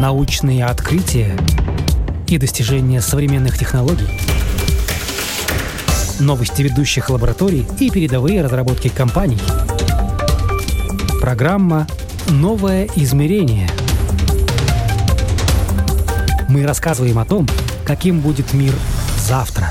научные открытия и достижения современных технологий, новости ведущих лабораторий и передовые разработки компаний. Программа «Новое измерение». Мы рассказываем о том, каким будет мир завтра.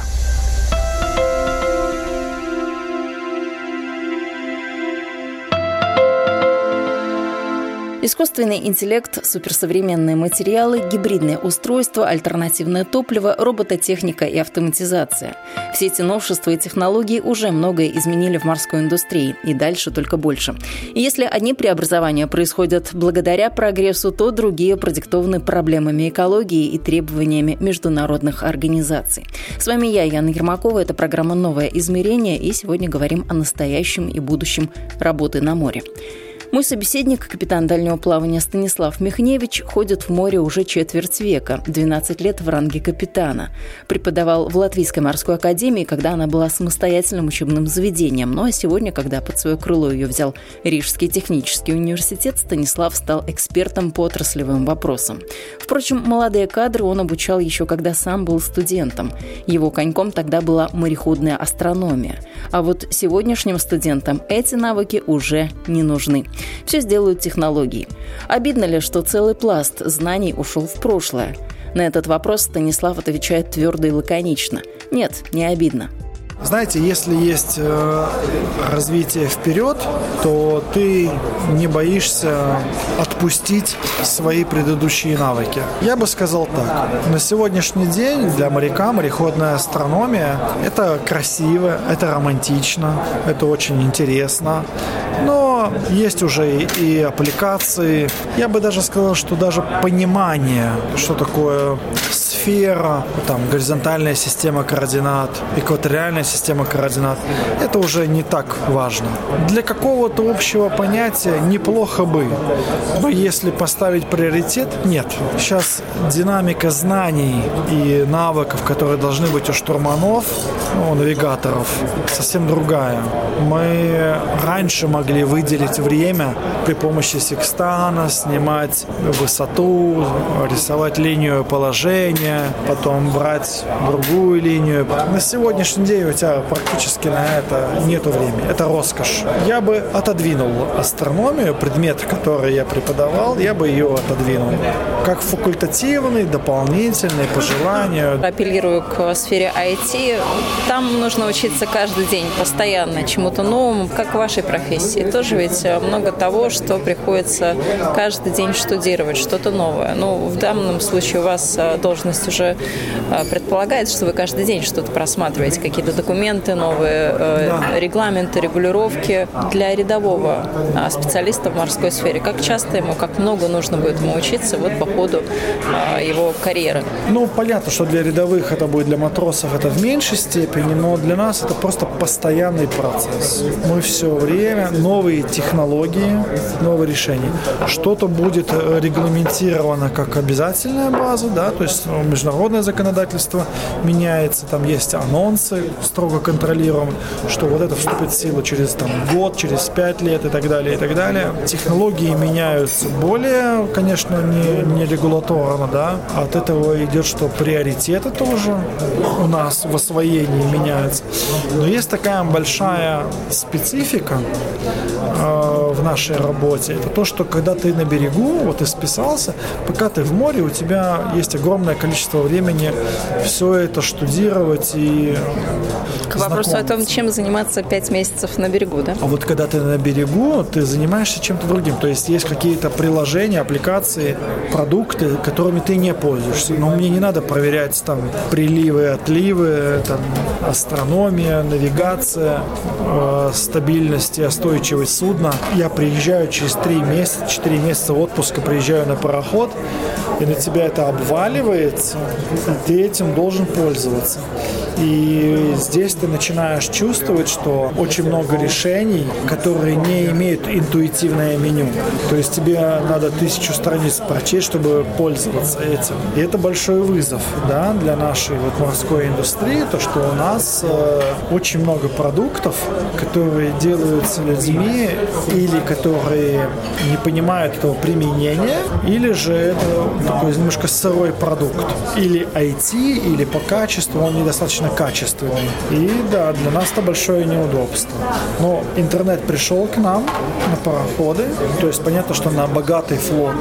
Искусственный интеллект, суперсовременные материалы, гибридные устройства, альтернативное топливо, робототехника и автоматизация. Все эти новшества и технологии уже многое изменили в морской индустрии, и дальше только больше. И если одни преобразования происходят благодаря прогрессу, то другие продиктованы проблемами экологии и требованиями международных организаций. С вами я, Яна Ермакова, это программа «Новое измерение», и сегодня говорим о настоящем и будущем работы на море. Мой собеседник, капитан дальнего плавания Станислав Михневич, ходит в море уже четверть века, 12 лет в ранге капитана. Преподавал в Латвийской морской академии, когда она была самостоятельным учебным заведением. Ну а сегодня, когда под свое крыло ее взял Рижский технический университет, Станислав стал экспертом по отраслевым вопросам. Впрочем, молодые кадры он обучал еще когда сам был студентом. Его коньком тогда была мореходная астрономия. А вот сегодняшним студентам эти навыки уже не нужны. Все сделают технологии. Обидно ли, что целый пласт знаний ушел в прошлое? На этот вопрос Станислав отвечает твердо и лаконично. Нет, не обидно. Знаете, если есть развитие вперед, то ты не боишься отпустить свои предыдущие навыки. Я бы сказал так. На сегодняшний день для моряка мореходная астрономия – это красиво, это романтично, это очень интересно. Но есть уже и аппликации. Я бы даже сказал, что даже понимание, что такое сфера, там, горизонтальная система координат, экваториальная система координат, это уже не так важно. Для какого-то общего понятия неплохо бы, но если поставить приоритет, нет. Сейчас динамика знаний и навыков, которые должны быть у штурманов, у навигаторов, совсем другая. Мы раньше могли выделить время при помощи секстана, снимать высоту, рисовать линию положения, потом брать другую линию. На сегодняшний день у тебя практически на это нету времени. Это роскошь. Я бы отодвинул астрономию, предмет, который я преподавал, я бы ее отодвинул. Как факультативный, дополнительный, по желанию. Апеллирую к сфере IT. Там нужно учиться каждый день, постоянно, чему-то новому, как в вашей профессии. Тоже ведь много того, что приходится каждый день штудировать, что-то новое. Ну, в данном случае у вас должность уже предполагает, что вы каждый день что-то просматриваете, какие-то документы, новые регламенты, регулировки. Для рядового специалиста в морской сфере, как часто ему, как много нужно будет ему учиться вот по ходу его карьеры? Ну, понятно, что для рядовых это будет, для матросов это в меньшей степени, но для нас это просто постоянный процесс. Мы все время новые технологии, новые решения. Что-то будет регламентировано как обязательная база, да, то есть международное законодательство меняется, там есть анонсы, строго контролируем, что вот это вступит в силу через год, через 5 лет и так далее, и так далее. Технологии меняются более, конечно, не регуляторно, да, от этого идет, что приоритеты тоже у нас в освоении меняются. Но есть такая большая специфика в нашей работе. Это то, что когда ты на берегу, вот ты списался, пока ты в море, у тебя есть огромное количество времени все это штудировать и к вопросу о том, чем заниматься 5 месяцев на берегу, да? А вот когда ты на берегу, ты занимаешься чем-то другим. То есть есть какие-то приложения, аппликации, продукты, которыми ты не пользуешься. Но мне не надо проверять там приливы, отливы, там, астрономия, навигация, стабильность и остойчивость судна. Я приезжаю через 3 месяца, 4 месяца отпуска, приезжаю на пароход, и на тебя это обваливается, и ты этим должен пользоваться. И здесь ты начинаешь чувствовать, что очень много решений, которые не имеют интуитивное меню. То есть тебе надо 1000 страниц прочесть, чтобы пользоваться этим. И это большой вызов, да, для нашей вот морской индустрии, то, что у нас очень много продуктов, которые делаются людьми или которые не понимают этого применения, или же это такой немножко сырой продукт. Или IT, или по качеству он недостаточно качественный. И да, для нас это большое неудобство. Но интернет пришел к нам на пароходы, то есть понятно, что на богатый флот,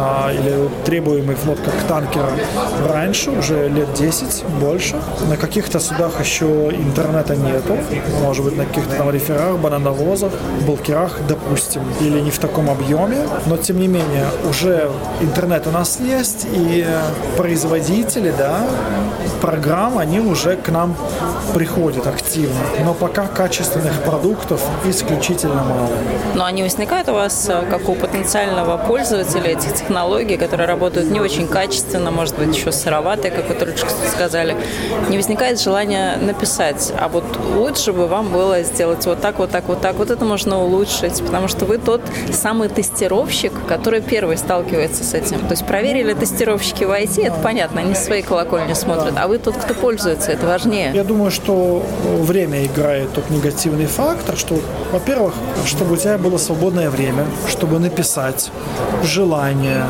или требуемый флот, как танкера, раньше, уже лет 10, больше. На каких-то судах еще интернета нету, может быть, на каких-то там реферах, банановозах, булкерах, допустим, или не в таком объеме, но тем не менее, уже интернет у нас есть, и производители, да, программ, они уже к нам приходят активно, но пока качественных продуктов исключительно мало. Но они возникают у вас как у потенциального пользователя этих технологий, которые работают не очень качественно, может быть, еще сыроватые, как вы только что сказали. Не возникает желания написать, а вот лучше бы вам было сделать вот так, вот так, вот так, вот это можно улучшить, потому что вы тот самый тестировщик, который первый сталкивается с этим. То есть проверили тестировщики в IT, это понятно, они свои колокольни смотрят, а вы тот, кто пользуется, это важнее. Я думаю, что время играет тот негативный фактор, что, во-первых, чтобы у тебя было свободное время, чтобы написать, желание,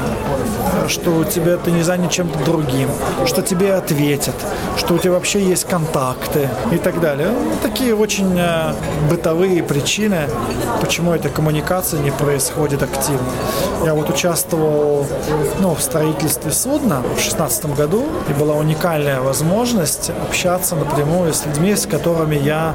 что у тебя ты не занят чем-то другим, что тебе ответят, что у тебя вообще есть контакты и так далее. Такие очень бытовые причины, почему эта коммуникация не происходит активно. Я вот участвовал в строительстве судна в 2016 году, и была уникальная возможность общаться напрямую с людьми, с которыми я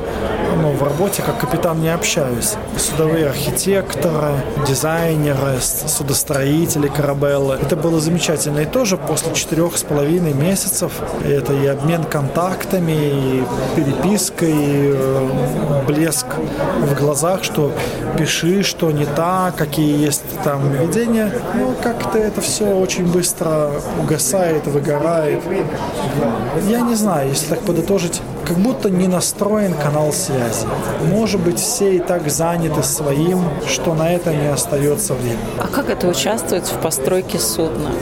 в работе как капитан не общаюсь. Судовые архитекторы, дизайнеры, судостроители, корабеллы. Это было замечательно. И тоже после 4,5 месяцев это и обмен контактами, и переписка, и блеск в глазах, что пиши, что не так, какие есть там видения. Как-то это все очень быстро угасает, выгорает. Я не знаю, если так подытожить, как будто не настроен канал связи. Может быть, все и так заняты своим, что на это не остается времени. А как это участвовать в постройке судна?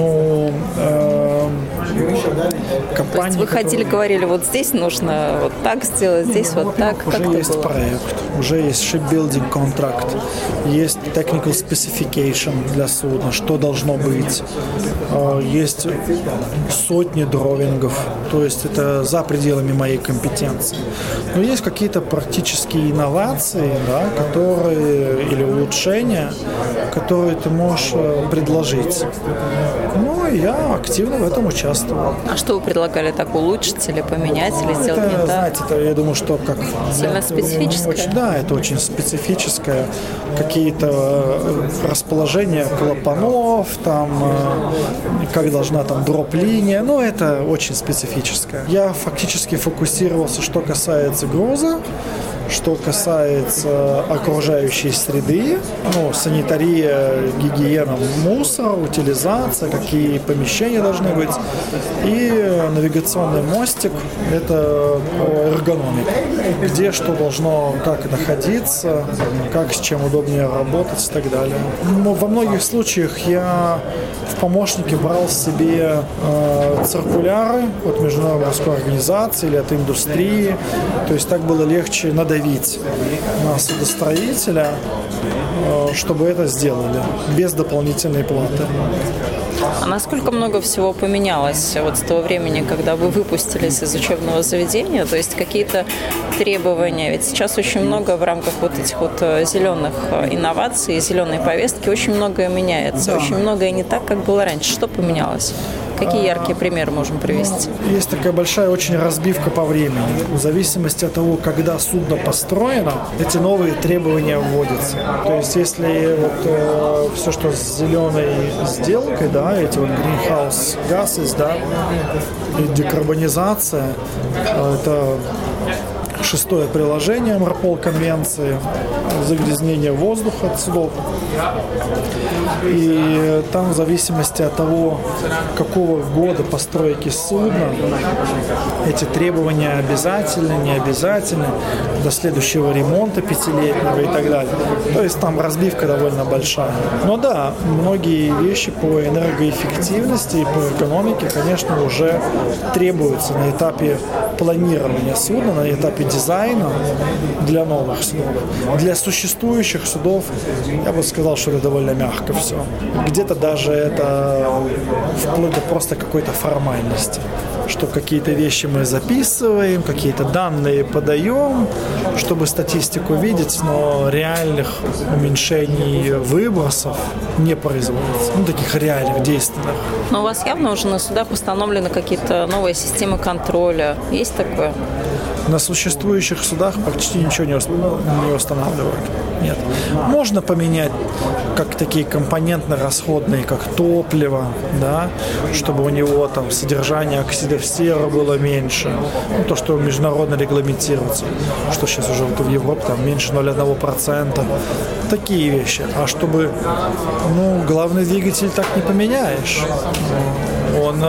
Компания, вы ходили, говорили, вот здесь нужно вот так сделать, здесь вот так. Уже есть проект, уже есть shipbuilding контракт, есть technical specification для судна, что должно быть. Есть сотни дровингов, то есть это за пределами моей компетенции. Но есть какие-то практические инновации, да, которые, или улучшения, которые ты можешь предложить. Я активно в этом участвовал. А что вы предлагали так улучшить или поменять, или сделать не так? Знаете, я думаю, что как... Сильно специфическое? Да, это очень специфическое. Какие-то расположения клапанов, там, как должна там дроп-линия. Это очень специфическое. Я фактически фокусировался, что касается груза, что касается окружающей среды, санитария, гигиена мусора, утилизация, какие помещения должны быть. И навигационный мостик – это эргономика, где что должно, как находиться, как с чем удобнее работать и так далее. Во многих случаях я в помощники брал себе циркуляры от Международной морской организации или от индустрии, то есть так было легче надавить на судостроителя, чтобы это сделали без дополнительной платы. А насколько много всего поменялось вот с того времени, когда вы выпустились из учебного заведения? То есть какие-то требования? Ведь сейчас очень много в рамках вот этих вот зеленых инноваций, зеленой повестки, очень многое меняется. Да. Очень многое не так, как было раньше. Что поменялось? Какие яркие примеры можем привести? Есть такая большая очень разбивка по времени. В зависимости от того, когда судно построено, эти новые требования вводятся. То есть если все, что с зеленой сделкой, да, эти вот greenhouse gases, да, и декарбонизация, это 6-е приложение Марпол конвенции загрязнения воздуха от судов. И там в зависимости от того, какого года постройки судна, эти требования обязательны, не обязательны, до следующего ремонта 5-летнего и так далее. То есть там разбивка довольно большая. Но да, многие вещи по энергоэффективности и по экономике, конечно, уже требуются на этапе планирования судна, на этапе дизайна для новых судов. Для существующих судов, я бы сказал, что это довольно мягко все. Где-то даже это вплоть до просто какой-то формальности, что какие-то вещи мы записываем, какие-то данные подаем, чтобы статистику видеть, но реальных уменьшений выбросов не производится. Ну, таких реальных, действенных. Но у вас явно уже на судах установлены какие-то новые системы контроля. Есть такое? На существующих судах почти ничего не устанавливают. Нет. Можно поменять как такие компонентно-расходные, как топливо, да, чтобы у него там содержание оксидов серы было меньше. Ну, то, что международно регламентируется, что сейчас уже в Европе там меньше 0,1%. Такие вещи. А чтобы, главный двигатель так не поменяешь. Он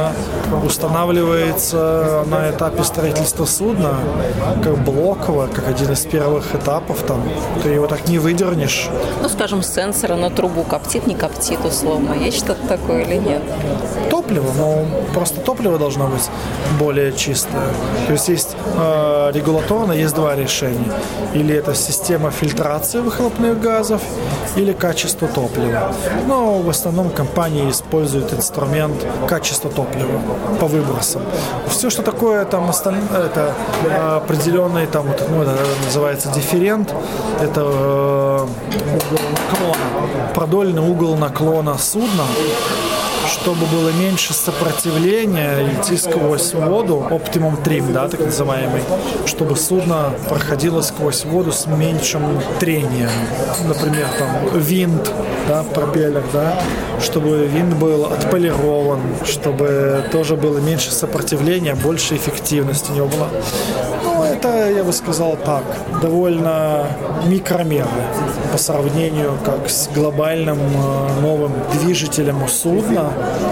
устанавливается на этапе строительства судна как блоково, как один из первых этапов. Там. Ты его так не выдернешь. Скажем, с сенсора на трубу коптит, не коптит, условно. Есть что-то такое или нет? Топливо, просто топливо должно быть более чистое. То есть регуляторно есть два решения. Или это система фильтрации выхлопных газов, или качество топлива. Но в основном компании используют инструмент качества топлива по выбросам. Все, что такое там это определенный там это называется дифферент, это угол наклона, продольный угол наклона судна, чтобы было меньше сопротивления идти сквозь воду, оптимум трим, да, так называемый, чтобы судно проходило сквозь воду с меньшим трением. Например, там винт, да, пропеллер, да, чтобы винт был отполирован, чтобы тоже было меньше сопротивления, больше эффективности у него было. Это, я бы сказал так, довольно микромеры по сравнению как с глобальным новым движителем у судна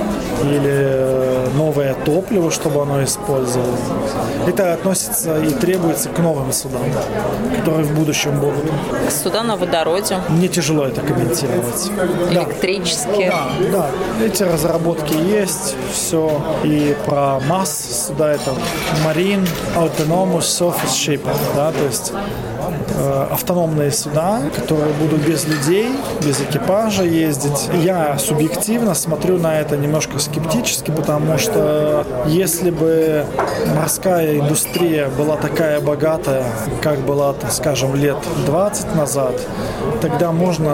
или новое топливо, чтобы оно использовало. Это относится и требуется к новым судам, которые в будущем будут. Суда на водороде. Мне тяжело это комментировать. Электрические. Да, эти разработки есть, все. И про МАС суда это Marine Autonomous Surface Shipping, да, то есть автономные суда, которые будут без людей, без экипажа ездить. Я субъективно смотрю на это немножко скептически, потому что если бы морская индустрия была такая богатая, как была, скажем, лет 20 назад, тогда можно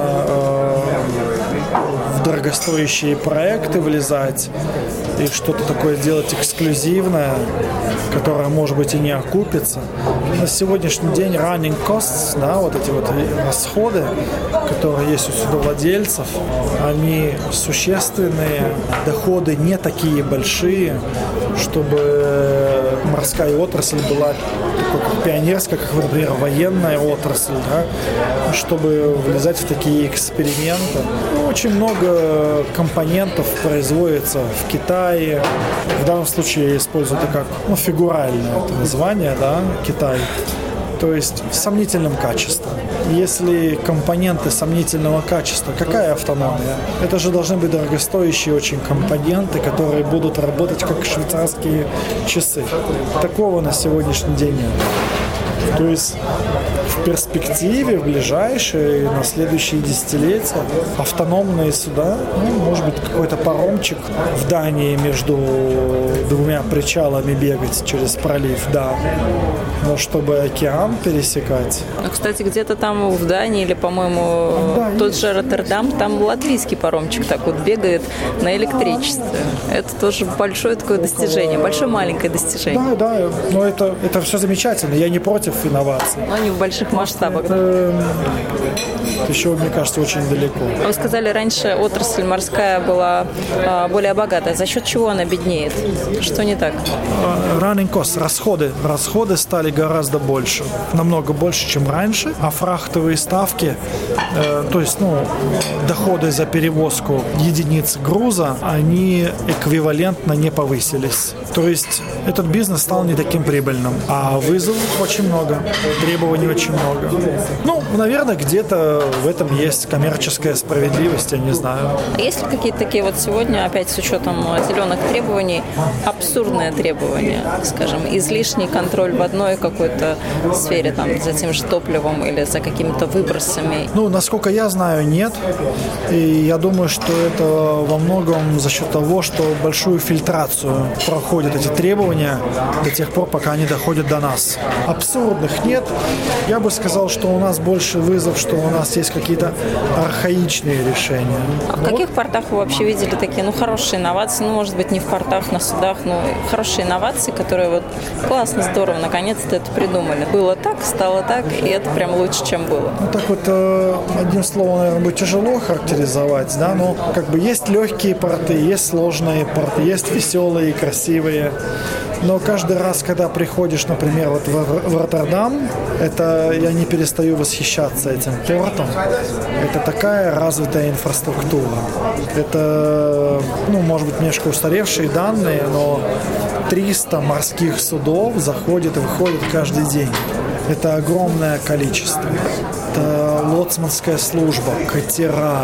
в дорогостоящие проекты влезать и что-то такое делать эксклюзивное, которое, может быть, и не окупится. На сегодняшний день running costs, да, вот эти вот расходы, которые есть у судовладельцев, они существенные, доходы не такие большие, чтобы морская отрасль была такой как пионерская, как, например, военная отрасль, да, чтобы влезать в такие эксперименты. Очень много компонентов производится в Китае. В данном случае я использую это как фигуральное это название, да, Китай. То есть в сомнительном качестве. Если компоненты сомнительного качества, какая автономия? Это же должны быть дорогостоящие очень компоненты, которые будут работать как швейцарские часы. Такого на сегодняшний день нет. То есть в перспективе, в ближайшие, на следующие десятилетия автономные суда, может быть, какой-то паромчик в Дании между двумя причалами бегать через пролив, да. Но чтобы океан пересекать... Кстати, где-то там в Дании или, по-моему, тот же Роттердам, там латвийский паромчик так вот бегает на электричестве. Это тоже большое такое большое маленькое достижение. Да, но это все замечательно. Я не против инноваций. Но они в больших больших масштабах. Еще, мне кажется, очень далеко. Вы сказали, раньше отрасль морская была более богатая. За счет чего она беднеет? Что не так? Running costs, расходы стали гораздо больше, намного больше, чем раньше, а фрахтовые ставки, то есть, доходы за перевозку единиц груза, они эквивалентно не повысились. То есть этот бизнес стал не таким прибыльным, а вызовов очень много, требований очень много. Наверное, где-то в этом есть коммерческая справедливость, я не знаю. А есть ли какие-то такие вот сегодня, опять с учетом зеленых требований, абсурдные требования, скажем, излишний контроль в одной какой-то сфере, за тем же топливом или за какими-то выбросами? Насколько я знаю, нет. И я думаю, что это во многом за счет того, что большую фильтрацию проходят эти требования до тех пор, пока они доходят до нас. Абсурдных нет. Я бы сказал, что у нас больше вызов, что у нас есть какие-то архаичные решения. А в каких портах вы вообще видели такие, хорошие инновации? Может быть, не в портах, на судах, но хорошие инновации, которые классно, здорово, наконец-то это придумали. Было так, стало так, и это прям лучше, чем было. Одним словом, наверное, будет тяжело характеризовать, да, но есть легкие порты, есть сложные порты, есть веселые, красивые. Но каждый раз, когда приходишь, например, в Роттердам, я не перестаю восхищаться этим портом. Это такая развитая инфраструктура. Это, может быть, немножко устаревшие данные, но 300 морских судов заходит и выходит каждый день. Это огромное количество. Это лоцманская служба, катера,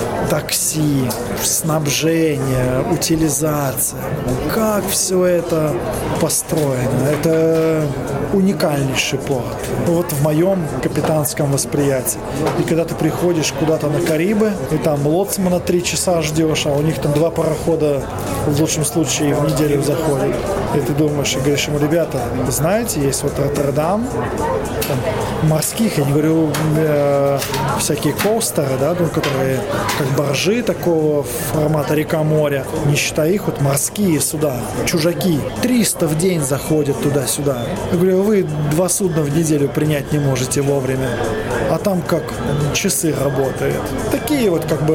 такси, снабжение, утилизация. Как все это построено? Это уникальнейший порт. В моем капитанском восприятии. И когда ты приходишь куда-то на Карибы, и там лоцмана 3 часа ждешь, а у них там 2 парохода в лучшем случае в неделю заходят. И ты думаешь, и говоришь ему: ребята, вы знаете, есть Роттердам, морских, я не говорю всякие коустеры, да, которые как баржи такого формата река-моря, не считая их, морские суда, чужаки, 300 в день заходят туда-сюда. Я говорю: вы 2 судна в неделю принять не можете вовремя, а там как часы работают. Такие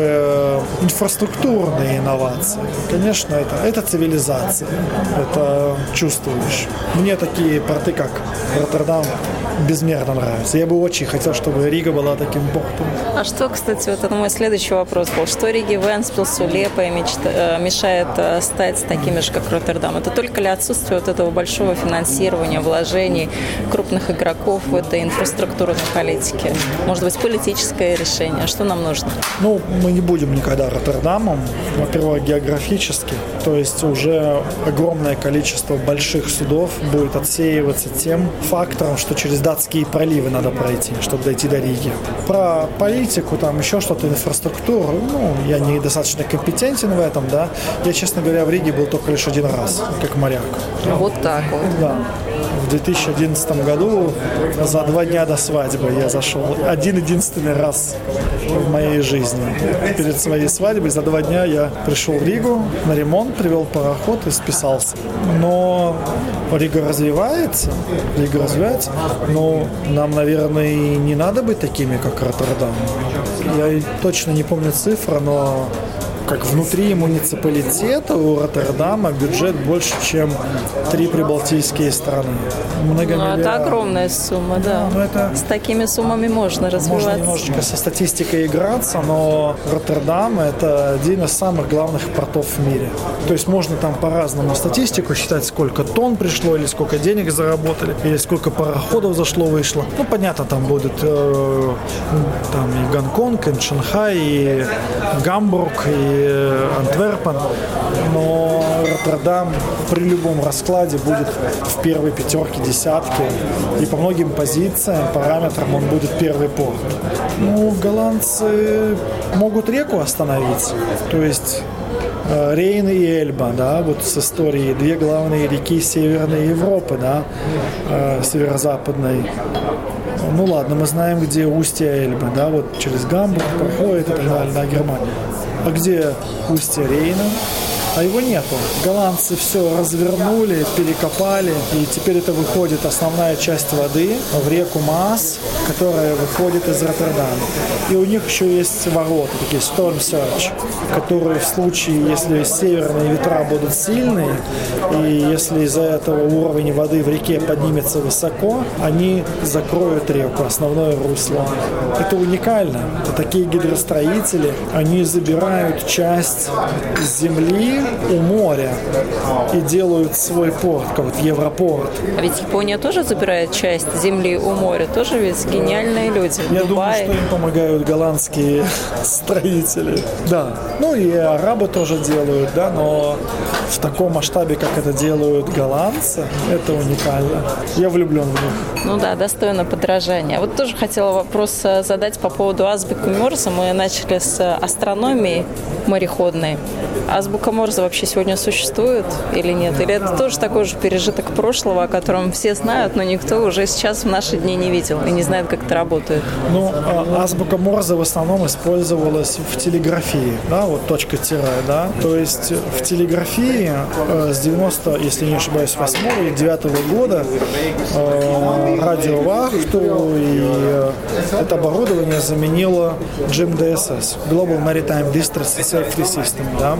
инфраструктурные инновации. Конечно, это цивилизация, это чувствуешь. Мне такие порты, как Роттердам, безмерно нравятся. Я бы очень хотел, чтобы Рига была таким портом. А что, кстати, это мой следующий вопрос был. Что Риге, Вентспилсу, Лепое мешает стать такими же, как Роттердам? Это только ли отсутствие этого большого финансирования, вложений крупных игроков в этой инфраструктурной политике? Может быть, политическое решение? Что нам нужно? Мы не будем никогда Роттердамом. Во-первых, географически. То есть уже огромное количество больших судов будет отсеиваться тем фактором, что через датские проливы надо пройти, чтобы дойти до Риги. Про политику, еще что-то, инфраструктуру, я недостаточно компетентен в этом, да. Я, честно говоря, в Риге был только лишь 1 раз, как моряк. Вот так вот. Да. В 2011 году за 2 дня до свадьбы я зашел 1-единственный раз в моей жизни. Перед своей свадьбой за 2 дня я пришел в Ригу на ремонт, привел пароход и списался. Но Рига развивается, но нам, наверное, и не надо быть такими, как Роттердам. Я точно не помню цифры, но как внутри муниципалитета у Роттердама бюджет больше, чем 3 прибалтийские страны. Это огромная сумма, да. С такими суммами можно развиваться. Можно немножечко со статистикой играться, но Роттердам – это один из самых главных портов в мире. То есть можно там по-разному статистику считать, сколько тонн пришло, или сколько денег заработали, или сколько пароходов зашло-вышло. Понятно, там будут и Гонконг, и Шанхай, и Гамбург, и Антверпен, но Роттердам при любом раскладе будет в первой 5-ке, 10-ке, и по многим позициям, параметрам он будет первый порт. Голландцы могут реку остановить, то есть Рейн и Эльба, да, с историей 2 главные реки Северной Европы, да, северо-западной. Ладно, мы знаем, где устье Эльбы, да, через Гамбург проходит и так далее, да, Германия. А где устье Рейна? а его нету. Голландцы все развернули, перекопали, и теперь это выходит основная часть воды в реку Маас, которая выходит из Роттердама. И у них еще есть ворота, такие storm surge, которые в случае, если северные ветра будут сильные, и если из-за этого уровень воды в реке поднимется высоко, они закроют реку, основное русло. Это уникально. Это такие гидростроители, они забирают часть земли у моря и делают свой порт, как вот Европорт. А ведь Япония тоже забирает часть земли у моря, тоже ведь гениальные люди. Я думаю, что им помогают голландские строители. Да, ну и арабы тоже делают, да, но в таком масштабе, как это делают голландцы, это уникально. Я влюблен в них. Ну да, достойно подражания. А вот тоже хотела вопрос задать по поводу азбуки Морзе. Мы начали с астрономии мореходной. Азбука Морзе вообще сегодня существует или нет? Или это тоже такой же пережиток прошлого, о котором все знают, но никто уже сейчас в наши дни не видел и не знает, как это работает? Ну, азбука Морзе в основном использовалась в телеграфии, да, вот точка-тире, да. То есть в телеграфии с 90, если не ошибаюсь, 8 или 9 года радиовахту и это оборудование заменило GMDSS, Global Maritime Distress Safety System, да.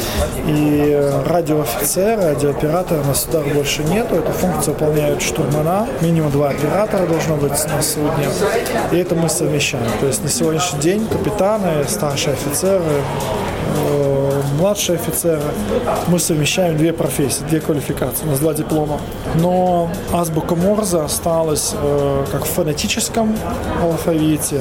И радиоофицеры, радиооператоры на судах больше нету. Эту функцию выполняют штурмана. Минимум 2 оператора должно быть на судне. И это мы совмещаем. То есть на сегодняшний день капитаны, старшие офицеры, младшие офицеры, мы совмещаем 2 профессии, 2 квалификации. У нас 2 диплома. Но азбука Морзе осталась как в фонетическом алфавите,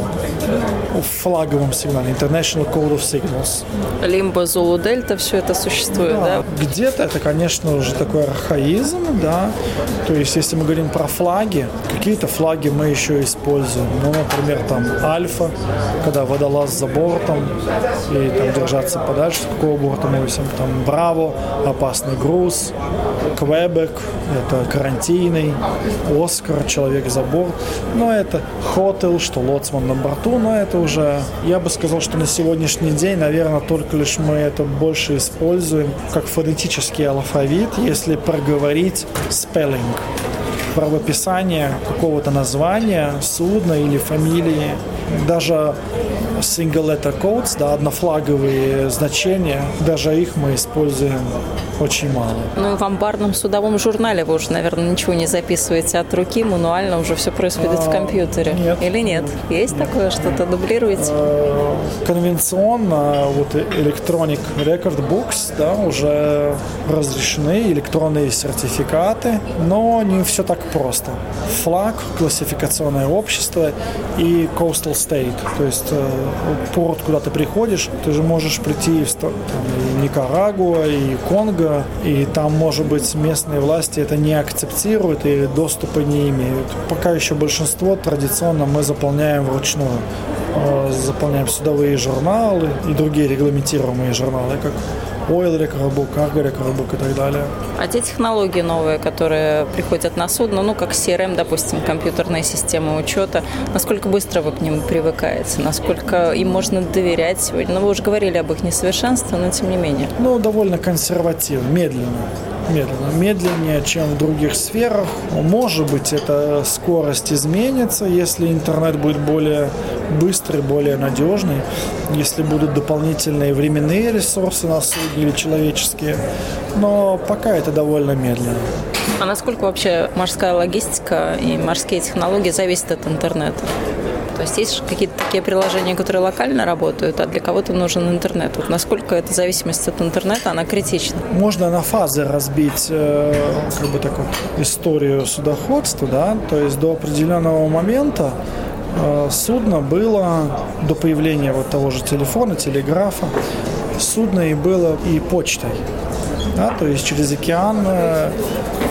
в флаговом сигнале, International Code of Signals. Лимба, Зулу, Дельта, все это существует, да? Где-то это, конечно, уже такой архаизм, да. То есть, если мы говорим про флаги, какие-то флаги мы еще используем. Ну, например, там Альфа, когда водолаз за бортом, и там держаться подальше, с какого борта мы висим. Там Браво, опасный груз, Квебек, это карантинный, Оскар, человек за борт. Но это Хотел, что лоцман на борту, но это уже, я бы сказал, что на сегодняшний день, наверное, только лишь мы это больше используем как фонетический алфавит, если проговорить spelling, правописание какого-то названия, судна или фамилии, даже single letter codes, да, однофлаговые значения, даже их мы используем очень мало. Ну и в амбарном судовом журнале вы уже, наверное, ничего не записываете от руки, мануально уже все происходит в компьютере. Нет. Или нет? Есть такое, что-то дублируете? Конвенционно вот Electronic Record Books, да, уже разрешены электронные сертификаты, но не все так просто. Флаг, классификационное общество и Coastal State, то есть порт, куда ты приходишь, ты же можешь прийти в и Никарагуа, и Конго, и там, может быть, местные власти это не акцептируют и доступа не имеют. Пока еще большинство традиционно мы заполняем вручную. Заполняем судовые журналы и другие регламентируемые журналы, как Oil Record Book, Cargo Record Book и так далее. А те технологии новые, которые приходят на судно, ну, как CRM, допустим, компьютерные системы учета, насколько быстро вы к ним привыкаете? Насколько им можно доверять сегодня? Ну, вы уже говорили об их несовершенстве, но тем не менее. Ну, довольно консервативно, медленнее, чем в других сферах. Может быть, эта скорость изменится, если интернет будет более быстрый, более надежный, если будут дополнительные временные ресурсы на судне или человеческие. Но пока это довольно медленно. А насколько вообще морская логистика и морские технологии зависят от интернета? То есть есть какие-то такие приложения, которые локально работают, а для кого-то нужен интернет. Вот насколько эта зависимость от интернета, она критична? Можно на фазы разбить как бы такую историю судоходства, да, то есть до определенного момента судно было, до появления вот того же телефона, телеграфа, судно и было и почтой. Да, то есть через океан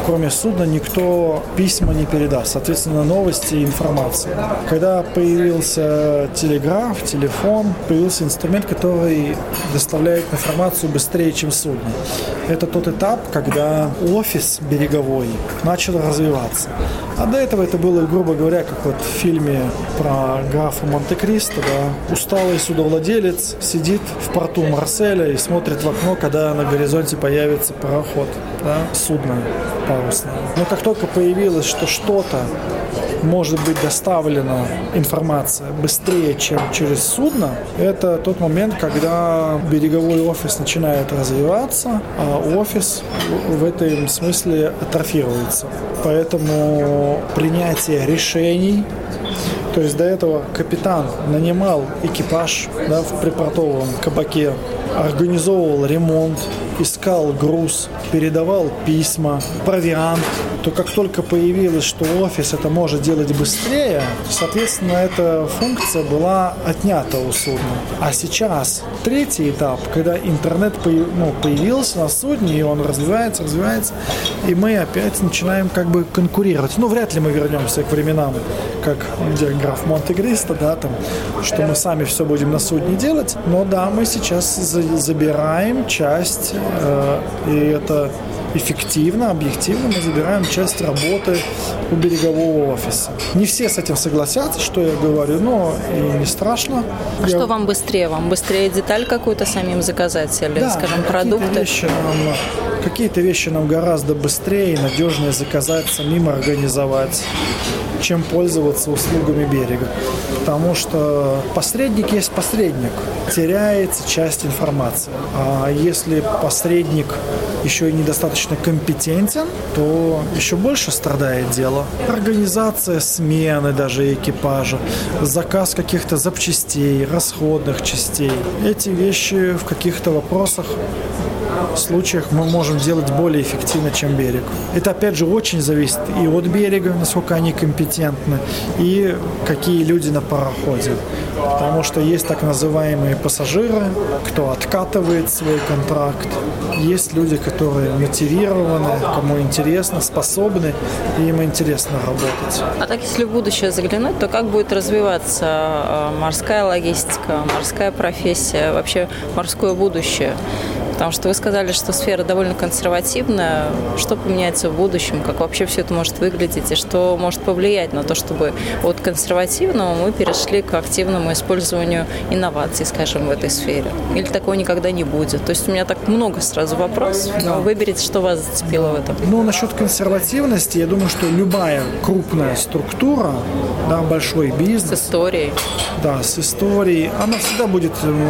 кроме судна, никто письма не передаст, соответственно, новости и информацию. Когда появился телеграф, телефон, появился инструмент, который доставляет информацию быстрее, чем судно. Это тот этап, когда офис береговой начал развиваться. А до этого это было, грубо говоря, как вот в фильме про графа Монте-Кристо, да, усталый судовладелец сидит в порту Марселя и смотрит в окно, когда на горизонте появится пароход, да, судно парусное. Но как только появилось, что что-то может быть доставлена информация быстрее, чем через судно, это тот момент, когда береговой офис начинает развиваться, а офис в этом смысле атрофируется. Поэтому принятие решений, то есть до этого капитан нанимал экипаж, да, в припортовом кабаке, организовывал ремонт, искал груз, передавал письма, провиант, то как только появилось, что офис это может делать быстрее, соответственно, эта функция была отнята у судна. А сейчас третий этап, когда интернет появился на судне, и он развивается, и мы опять начинаем как бы конкурировать. Ну, вряд ли мы вернемся к временам, как где граф Монте-Кристо, да, там, что мы сами все будем на судне делать, но да, мы сейчас забираем часть, и это эффективно, объективно мы забираем часть работы у берегового офиса. Не все с этим согласятся, что я говорю, но и не страшно. Что вам быстрее? Вам быстрее деталь какую-то самим заказать или, да, скажем, продукты? Какие-то вещи нам гораздо быстрее и надежнее заказать, самим организовать, чем пользоваться услугами берега. Потому что посредник есть посредник. Теряется часть информации. А если посредник еще и недостаточно компетентен, то еще больше страдает дело. Организация смены даже экипажа, заказ каких-то запчастей, расходных частей. Эти вещи в каких-то вопросах, в случаях мы можем делать более эффективно, чем берег. Это, опять же, очень зависит и от берега, насколько они компетентны, и какие люди на пароходе. Потому что есть так называемые пассажиры, кто откатывает свой контракт. Есть люди, которые мотивированы, кому интересно, способны, и им интересно работать. А так, если в будущее заглянуть, то как будет развиваться морская логистика, морская профессия, вообще морское будущее? Потому что вы сказали, что сфера довольно консервативная. Что поменяется в будущем? Как вообще все это может выглядеть? И что может повлиять на то, чтобы от консервативного мы перешли к активному использованию инноваций, скажем, в этой сфере? Или такого никогда не будет? То есть у меня так много сразу вопросов. Но выберите, что вас зацепило в этом. Ну, насчет консервативности, я думаю, что любая крупная структура, да, большой бизнес. С историей. Да, с историей. Она всегда будет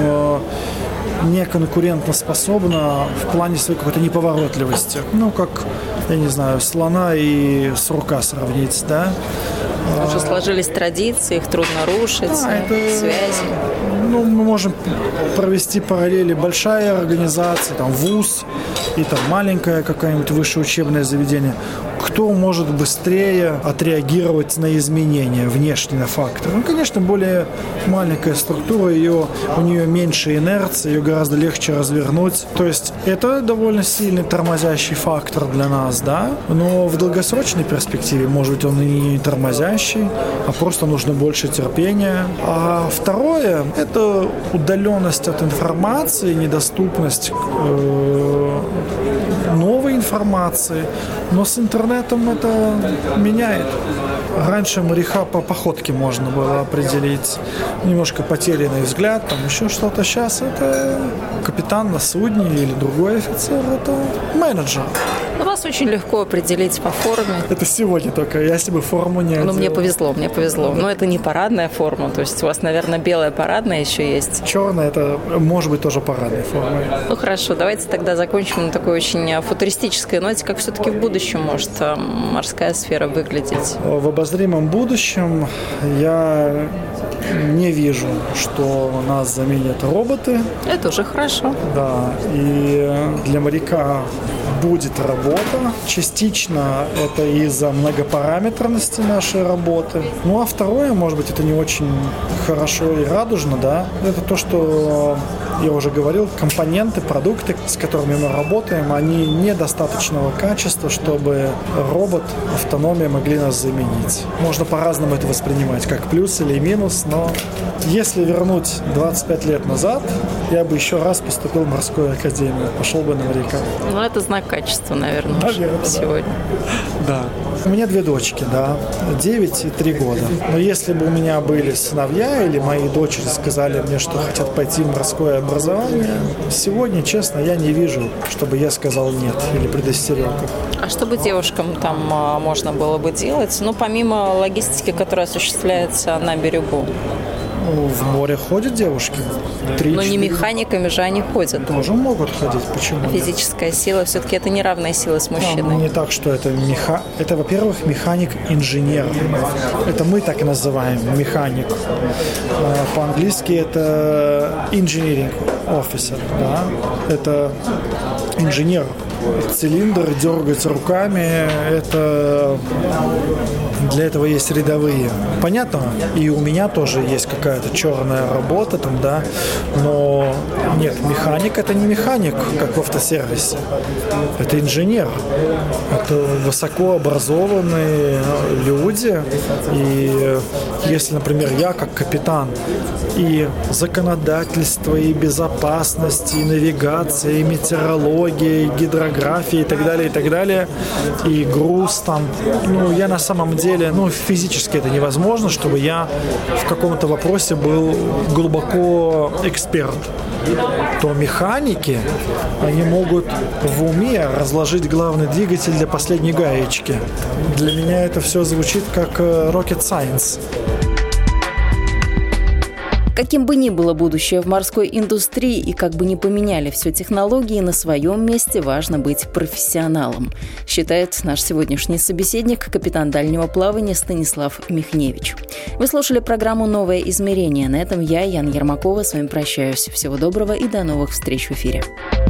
не конкурентоспособна в плане своей какой-то неповоротливости. Ну, как, я не знаю, слона и сурка сравнить, да? Уже сложились традиции, их трудно рушить, да, связи. Ну, мы можем провести параллели. Большая организация, там, вуз и там маленькое какое-нибудь высшее учебное заведение. Кто может быстрее отреагировать на изменения, внешние факторы? Ну, конечно, более маленькая структура, у нее меньше инерции, ее гораздо легче развернуть. То есть это довольно сильный тормозящий фактор для нас, да? Но в долгосрочной перспективе, может быть, он и не тормозящий, а просто нужно больше терпения. А второе – это удаленность от информации, недоступность новой информации. Но с интернетом это меняет. Раньше моряка по походке можно было определить. Немножко потерянный взгляд, там еще что-то. Сейчас это капитан на судне или другой офицер, это менеджер. Вас очень легко определить по форме. Это сегодня только, если бы форму не одел. Ну, мне повезло. Но это не парадная форма, то есть у вас, наверное, белая парадная еще есть. Черная, это может быть тоже парадная форма. Ну, хорошо, давайте тогда закончим на такой очень футуристической ноте. Как все-таки в будущем может морская сфера выглядеть? В обозримом будущем я не вижу, что нас заменят роботы. Это уже хорошо. Да, и для моряка будет работа. Частично это из-за многопараметрности нашей работы. Ну, а второе, может быть, это не очень хорошо и радужно, да, это то, что я уже говорил, компоненты, продукты, с которыми мы работаем, они недостаточного качества, чтобы робот, автономия могли нас заменить. Можно по-разному это воспринимать, как плюс или минус, но если вернуть 25 лет назад, я бы еще раз поступил в морскую академию, пошел бы на моряка. Ну, это знак качества, наверное, сегодня. Да. У меня 2 дочки, да, 9 и 3 года. Но если бы у меня были сыновья или мои дочери сказали мне, что хотят пойти в морское образование, сегодня, честно, я не вижу, чтобы я сказал нет или предостерег их. А что бы девушкам там можно было бы делать, помимо логистики, которая осуществляется на берегу? В море ходят девушки. 3-4. Но не механиками же они ходят. Тоже могут ходить. Почему? Физическая сила все-таки это не равная сила с мужчиной. Не так, что это Это, во-первых, механик-инженер. Это мы так и называем, механик. По-английски это engineering officer. Да? Это инженер. Цилиндр дергать руками, это для этого есть рядовые. Понятно, и у меня тоже есть какая-то черная работа там, да, но нет, механик это не механик, как в автосервисе. Это инженер. Это высокообразованные люди. И если, например, я как капитан и законодательство, и безопасность, и навигация, и метеорология, и гидрография, и так далее, и груз там, я на самом деле, физически это невозможно, чтобы я в каком-то вопросе был глубоко эксперт. То механики, они могут в уме разложить главный двигатель до последней гаечки. Для меня это все звучит как rocket science. Каким бы ни было будущее в морской индустрии и как бы ни поменяли все технологии, на своем месте важно быть профессионалом, считает наш сегодняшний собеседник, капитан дальнего плавания Станислав Михневич. Вы слушали программу «Новое измерение». На этом я, Яна Ермакова, с вами прощаюсь. Всего доброго и до новых встреч в эфире.